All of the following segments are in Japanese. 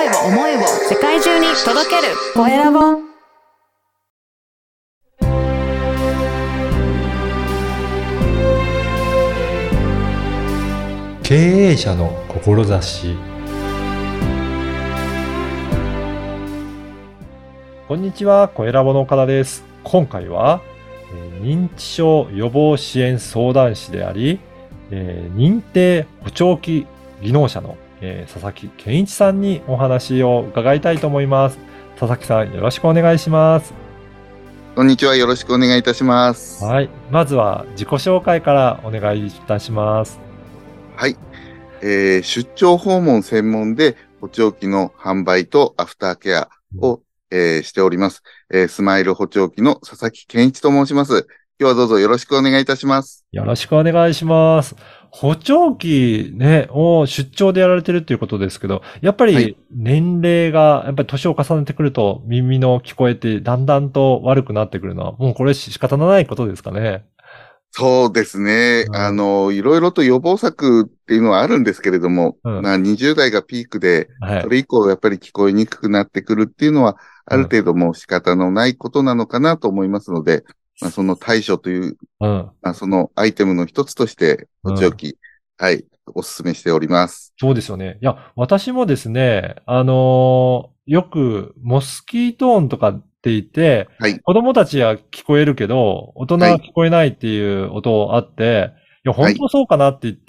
声を世界中に届けるコエラボ。 経営者の志。こんにちは、コエラボの岡田です。今回は認知症予防支援相談士であり、認定補聴器技能者の佐々木健一さんにお話を伺いたいと思います。佐々木さん、よろしくお願いします。 こんにちは、よろしくお願いいたします。 はい、まずは自己紹介からお願いいたします。 はい、出張訪問専門で補聴器の販売とアフターケアを、しております。スマイル補聴器の佐々木健一と申します。今日はどうぞよろしくお願いいたします。 よろしくお願いします。補聴器ね、を出張でやられてるっていうことですけど、やっぱり年齢が、やっぱり年を重ねてくると耳の聞こえってだんだんと悪くなってくるのは、もうこれ仕方のないことですかね。 そうですね。 うん、 いろいろと予防策っていうのはあるんですけれども、 うん、 20代がピークで、 はい。 それ以降やっぱり聞こえにくくなってくるっていうのは、あうん、 る程度もう仕方のないことなのかなと思いますので、その対処という、 うん、 そのアイテムの一つとして、補聴うん。 器、はい、お勧めしております。 そうですよね。いや、私もですね、よくモスキート音とかって言って、 はい、 子供たちは聞こえるけど、大人はい、 は聞こえないっていう音あって、いや、 はい、 本当そうかなって言って、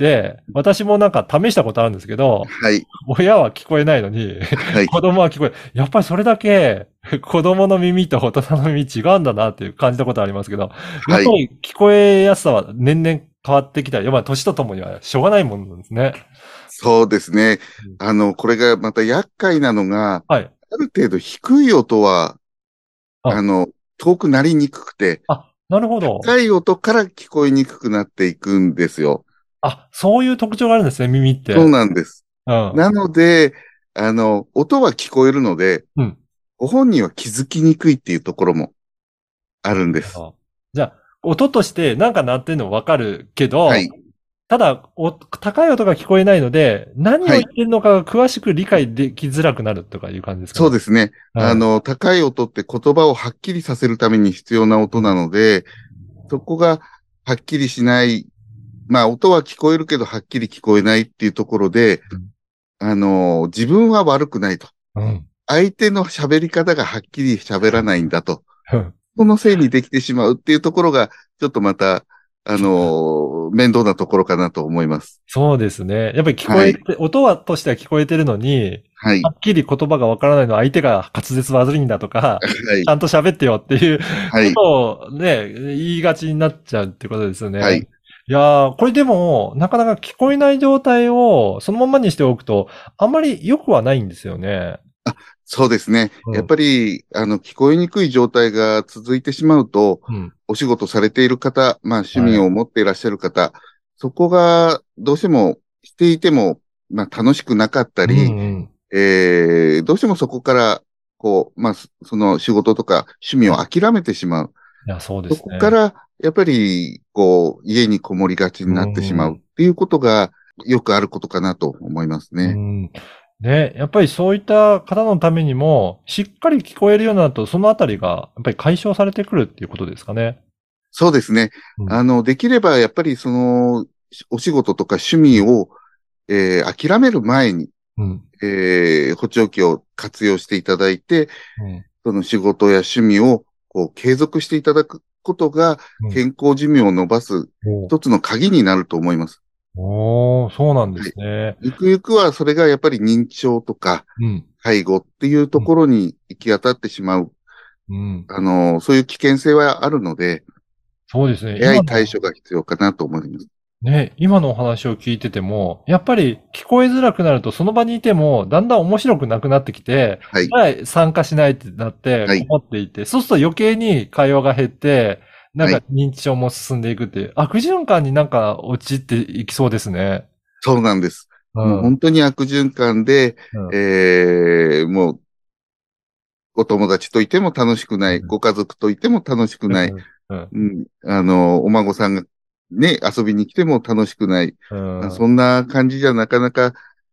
私もなんか試したことあるんですけど、 はい、 親は聞こえないのに、 はい、 子供は聞こえ、やっぱりそれだけ子供の耳と大人の耳違うんだなっていう感じたことありますけど、やっはい。 ぱり聞こえやすさは年々変わってきた。やっぱり年とともにはしょうがないものなんですね。 そうですね。 うん、 これがまた厄介なのが、 はい。 ある程度低い音は、ああ、 の、遠くなりにくくて、 なるほど。 高い音から聞こえにくくなっていくんですよ。 あ、そういう特徴があるんですね、耳っそうて。 なんです。 うん。 なので、音は聞こえるので、 うん。 ご本人は気づきにくいっていうところもあなるるんです。 ほど。じゃあ、音としてなんか鳴ってんのわかるけど、 はい。 ただ、高い音が聞こえないので、何を言っはい。 てるのかが詳しく理解できづらくなるとかいう感じですかね。 そうですね。 はい。 高い音って言葉をはっきりさせるために必要な音なうん。 ので、そこがはっきりしない。音は聞こえるけどはっきり聞こえないっていうところで、 うん。 自分は悪くないと。 うん。 相手の喋り方がはっきり喋らないんだと。 うん。 そのせいにできてしまうっていうところが、ちょっとまた、面倒なところかなと思います。 そうですね。やっぱり聞こはい。 えて、音はとしては聞こえてるのに、 はい。 はっきり言葉がわからないのは相手が滑舌悪いんだとか、 はい。 ちゃんと喋ってよっていうこはい。 とをね、言いがちになっちゃうってことですよね。 はい。 いやー、これでも、なかなか聞こえない状態をそのままにしておくと、あんまり良くはないんですよね。 そうですね。 うん。 やっぱり、聞こえにくい状態が続いてしまうと、 うん。 お仕事されている方、趣はい。 味を持っていらっしゃる方、そこがどうしてもしていても、楽しくなかったうり、 んうん。 どうしてもそこから、その仕事とか趣味はい。 を諦めてしまう。 いや、そうでそすね。 こから、やっぱり、家にこもりがちにうなってしまうっん。 ていうことが、よくあることかなと思いますね。 うん。ね、やっぱりそういった方のためにも、しっかり聞こえるようになると、そのあたりが、やっぱり解消されてくるっていうことですかね。 そうですね。 うん。 できれば、やっぱりお仕事とか趣味を、諦める前に、 うん。 補聴器を活用していただいて、 うん。 その仕事や趣味を、継続していただくことが、 うん。 健康寿命を伸ばすお一つの鍵になると思います。 おー、そうなんではい。 すね。 ゆくゆくは、それがやっぱり認知症とか、 うん。 介護っていうとうん。 ころに行き当たってしまう、 うん。 そういう危険性はあるので、 そうですね。 早い対処が必要かなと思います。 今のお話を聞いてても、やっぱり聞こえづらくなるとその場にいても、だんだん面白くなくなってきて、 はい。 じゃあ参加しないってなってはい。 困っていて、そうすると余計に会話が減って、なんかはい。 認知症も進んでいくっていう、悪循環になんか陥っていきそうですね。 そうなんです。もううん。 本当に悪循環で、 うん。 もう、お友達といても楽しくない、 うん。 ご家族といても楽しくない、 うん。うん。 うん、お孫さんがね、遊びに来ても楽しくない、 うん。 そんな感じじゃなかなか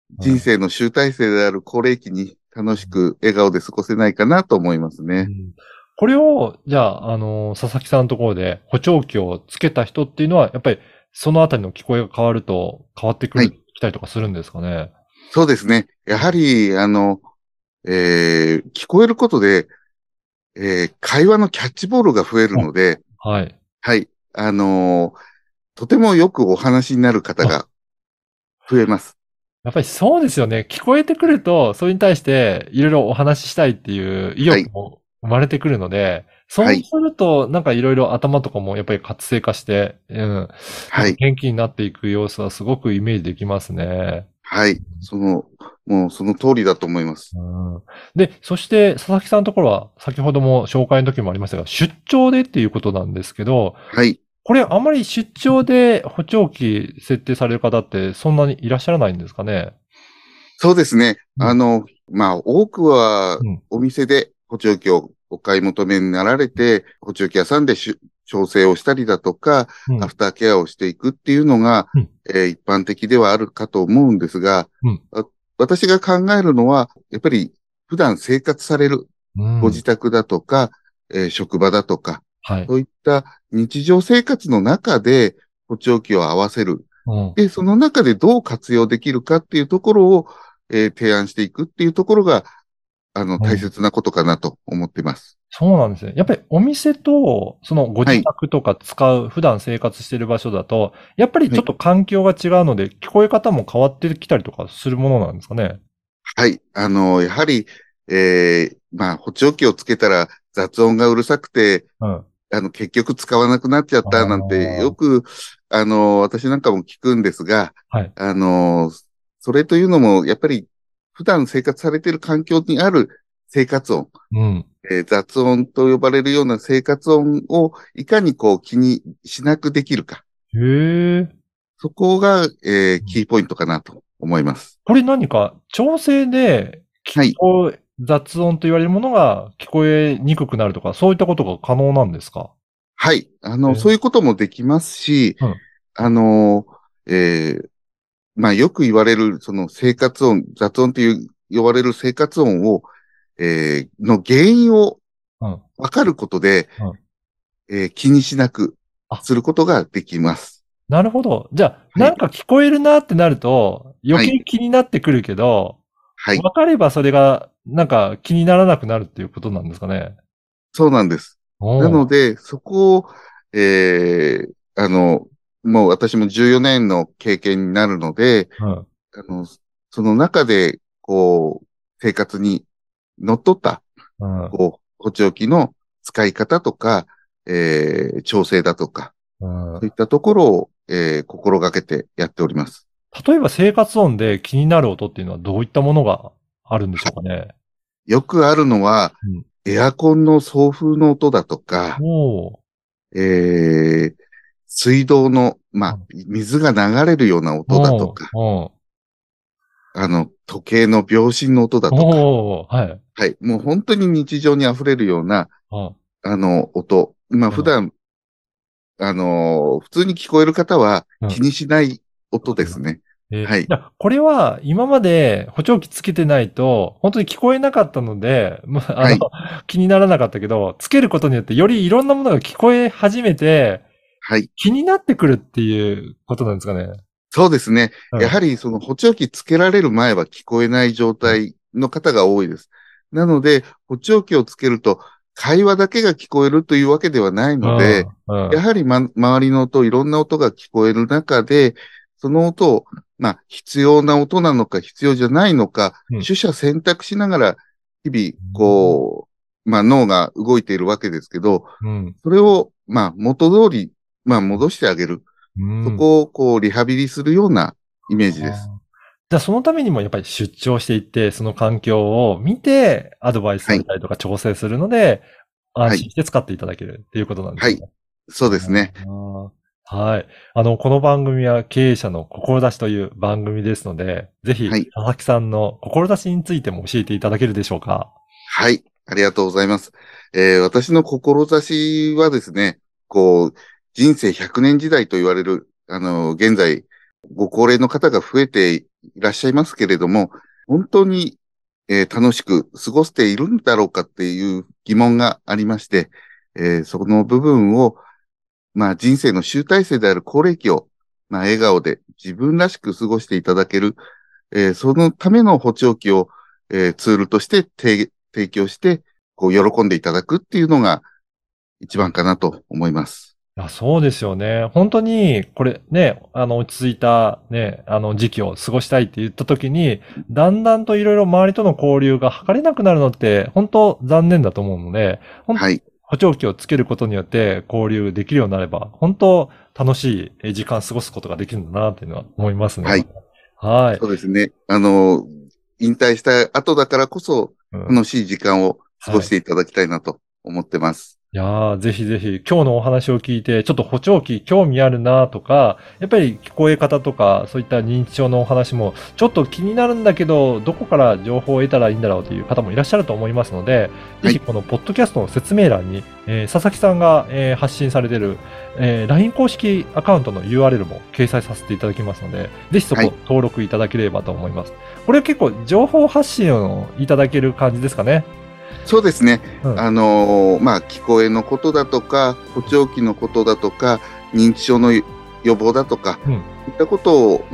人生の集大成である高齢期に楽しく笑顔で過ごせないかなと思いますね。 これを、じゃあ、佐々木さんのところで補聴器をつけた人っていうのは、やっぱりそのあたりの聞こえが変わると変わってくる、 はい。 きたりとかするんですかね。 そうですね。やはり、聞こえることで、会話のキャッチボールが増えるので、 はい。 はい。とてもよくお話になる方あ、 が増えます。 やっぱりそうですよね。聞こえてくると、それに対していろいろお話ししたいっていう意はい。 欲も生まれてくるので、そうすはい。 ると、なんかいろいろ頭とかもやっぱり活性化して、なんかはい。 元気になっていく様子はすごくイメージできますね。 はい。もうその通りだと思います。 うん、で、そして佐々木さんのところは、先ほども紹介の時もありましたが、出張でっていうことなんですけど、 はい。 これあまり出張で補聴器設定される方ってそんなにいらっしゃらないんですかね？ そうですね。 うん。 多くはうん。 お店で補聴器をお買い求めになられて、補聴器屋さんで調整をしたりだとか、 うん。 アフターケアをしていくっていうのが、 うん。 一般的ではあるかと思うんですが、 うん。 あ私が考えるのは、やっぱり普段生活されるうん。 ご自宅だとか、職場だとか、 はい。 そういった日常生活の中で補聴器を合わせる。 うん。 で、その中でどう活用できるかっていうところを、提案していくっていうところが、大うん。 切なことかなと思っています。 そうなんですね。やっぱりお店と、そのご自はい。 宅とか使う、普段生活している場所だと、やっぱりはい。 ちょっと環境が違うので、聞こえ方も変わってきたりとかするものなんですかね？ はい。やはり、補聴器をつけたら雑音がうるさくて、 うん。 結局使わなくなっちゃっあたなんて、よあ、 く、私なんかも聞くんですが、 はい。 あの、それというのも、やっぱり、普段生活されている環境にある生活音、 うん。 雑音と呼ばれるような生活音をいかにこう気にしなくできるか。 へえ。 そこが、キーポイントかなと思います。 これ何か調整で、 はい。 雑音と言われるものが聞こえにくくなるとか、そういったことが可能なんですか？ はい。 ええ。 そういうこともできますし、 うん。 あの、えーよく言われる、その生活音、雑音という呼ばれる生活音を、の原因をうん。 わかることで、 うん。 気にしなくあ、 することができます。 なるほど。じゃあ、 はい。 なんか聞こえるなってなると、余はい。 計気になってくるけど、 はい。 分かればそれが、なんか気にならなくなるっていうことなんですかね？ そうなんです。なおお。 ので、そこを、えーあの、もう私も14年の経験になるので、 うん。 あの、その中で、こう、生活にのっとった、 うん。 補聴器の使い方とか、調整だとか、 うん。 そういったところを、心がけてやっております。 例えば生活音で気になる音っていうのはどういったものがあるんでしょうかね？ よくあるのは、 うん。 エアコンの送風の音だとか、 おお。 えー、水道の、 うん。 水が流れるような音だとおか、 お。 時計の秒針の音だとか、 おお。はい。 はい。もう本当に日常に溢れるような、 うん。 音。 うん。 普段、普通に聞こえる方はうん。 気にしない音わかります。 ですね。はい。 じゃあ、これは今まで補聴器つけてないと、本当に聞こえなかったので、 はい。 気にならなかったけど、つけることによってよりいろんなものが聞こえ始めて、 はい。 気になってくるっていうことなんですかね？ そうですね。 うん。 やはりその補聴器つけられる前は聞こえない状うん。 態の方が多いです。なので、補聴器をつけると会話だけが聞こえるというわけではないので、 うん。 やはり、周りの音、いろんな音が聞こえる中で、その音を、必要な音なのか必要じゃないのか、 うん。 取捨選択しながら、日々、 うん。 脳が動いているわけですけど、 うん。 それを、元通り、戻してあげる。 うん。 そこをリハビリするようなイメージです。 ああ。じゃあ、そのためにもやっぱり出張していって、その環境を見て、アドバイスはい。 されたりとか調整するので、安はい。 心して使っていただけるっていうことなんですね。 はい。そうですね。 ああ、はい。この番組は経営者の志という番組ですので、ぜひ、 はい。 佐々木さんの志についても教えていただけるでしょうか？ はい。ありがとうございます。私の志はですね、人生100年時代と言われる、現在、 ご高齢の方が増えていらっしゃいますけれども、本当に、楽しく過ごしているんだろうかっていう疑問がありまして、その部分を、人生の集大成である高齢期を、笑顔で自分らしく過ごしていただける、そのための補聴器を、ツールとして提供して、喜んでいただくっていうのが一番かなと思います。 そうですよね。本当に、これね、落ち着いたね、時期を過ごしたいって言った時に、だんだんといろいろ周りとの交流が図れなくなるのって、本当残念だと思うので、 はい。 補聴器をつけることによって交流できるようになれば、本当楽しい時間過ごすことができるんだなっていうのは思いますね。 はい。 はい。 そうですね。引退した後だからこそうん。 楽しい時間を過ごはい。 していただきたいなと思ってます。 いやー、ぜひぜひ、今日のお話を聞いて、ちょっと補聴器興味あるなとか、やっぱり聞こえ方とか、そういった認知症のお話も、ちょっと気になるんだけど、どこから情報を得たらいいんだろうという方もいらっしゃると思いますので、ぜはい。 ひこのポッドキャストの説明欄に、佐々木さんが、発信されている、LINE 公式アカウントの URL も掲載させていただきますので、ぜひそこはい。 登録いただければと思います。これ結構情報発信をいただける感じですかね。 そうですね。 うん。 聞こえのことだとか、補聴器のことだとか、認知症の予防だとか、 うん。 いったことを、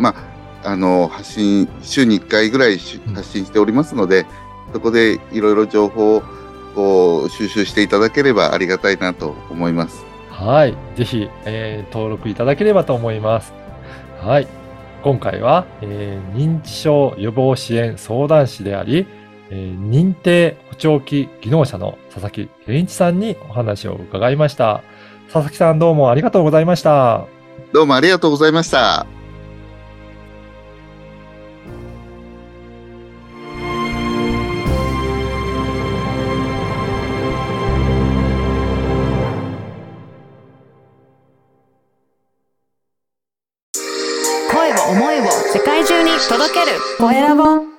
週に1回ぐらいうん。 発信しておりますので、そこでいろいろ情報を収集していただければありがたいなと思います。 はい。ぜひ、登録いただければと思います。はい。今回は、認知症予防支援相談士であり、認定補聴器技能者の佐々木健一さんにお話を伺いました。佐々木さんどうもありがとうございました。 どうもありがとうございました。 声を思いを世界中に届けるコエラボ